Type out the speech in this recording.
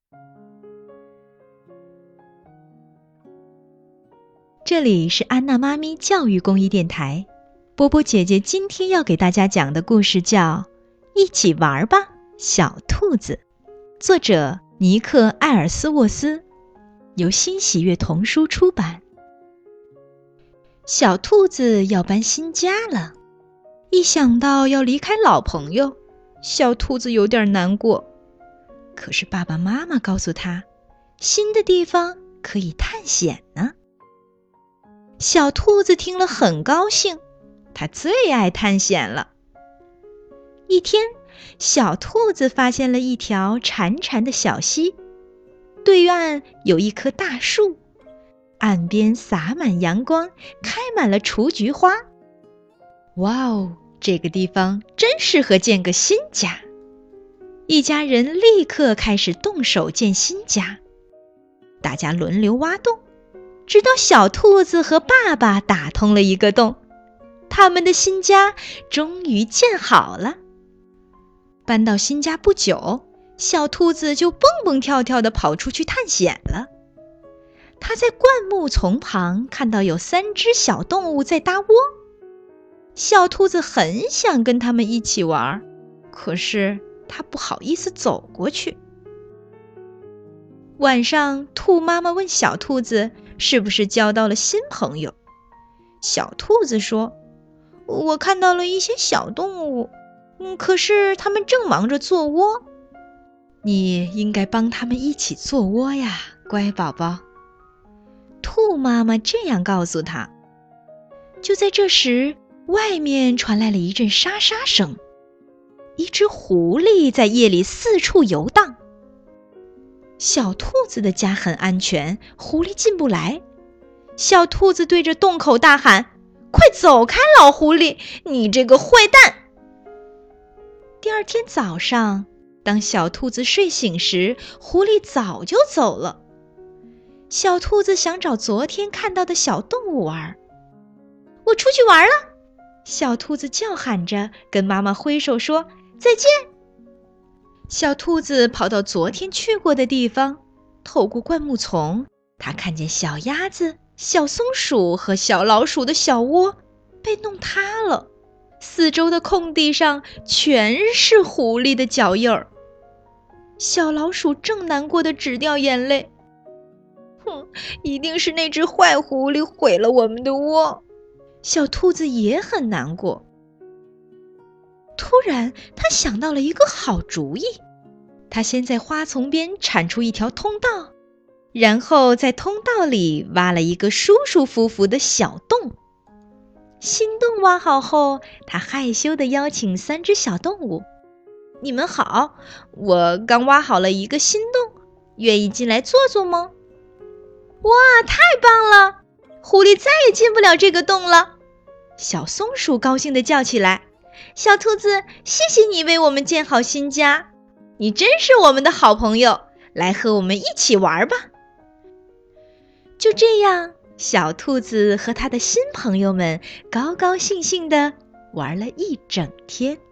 这里是安娜妈咪教育公益电台，波波姐姐今天要给大家讲的故事叫一起玩吧，小兔子，作者尼克·艾尔斯沃斯，由新喜悦童书出版。小兔子要搬新家了，一想到要离开老朋友，小兔子有点难过。可是爸爸妈妈告诉他，新的地方可以探险呢。小兔子听了很高兴，它最爱探险了。一天，小兔子发现了一条潺潺的小溪，对岸有一棵大树，岸边洒满阳光，开满了雏菊花。哇哦，这个地方真适合建个新家。一家人立刻开始动手建新家，大家轮流挖洞，直到小兔子和爸爸打通了一个洞，他们的新家终于建好了。搬到新家不久，小兔子就蹦蹦跳跳地跑出去探险了。它在灌木丛旁看到有3只小动物在搭窝，小兔子很想跟它们一起玩，可是它不好意思走过去。晚上，兔妈妈问小兔子是不是交到了新朋友。小兔子说，我看到了一些小动物，可是它们正忙着做窝。你应该帮它们一起做窝呀，乖宝宝。兔妈妈这样告诉他。就在这时，外面传来了一阵沙沙声，一只狐狸在夜里四处游荡。小兔子的家很安全，狐狸进不来。小兔子对着洞口大喊，快走开，老狐狸，你这个坏蛋！第二天早上，当小兔子睡醒时，狐狸早就走了。小兔子想找昨天看到的小动物玩。我出去玩了，小兔子叫喊着，跟妈妈挥手说再见。小兔子跑到昨天去过的地方，透过灌木丛，它看见小鸭子、小松鼠和小老鼠的小窝被弄塌了，四周的空地上全是狐狸的脚印儿。小老鼠正难过地直掉眼泪，一定是那只坏狐狸毁了我们的窝。小兔子也很难过。突然，他想到了一个好主意。他先在花丛边铲出一条通道，然后在通道里挖了一个舒舒服服的小洞。新洞挖好后，他害羞地邀请3只小动物：“你们好，我刚挖好了一个新洞，愿意进来坐坐吗？”哇，太棒了！狐狸再也进不了这个洞了。小松鼠高兴地叫起来，小兔子，谢谢你为我们建好新家，你真是我们的好朋友，来和我们一起玩吧。就这样，小兔子和他的新朋友们高高兴兴地玩了一整天。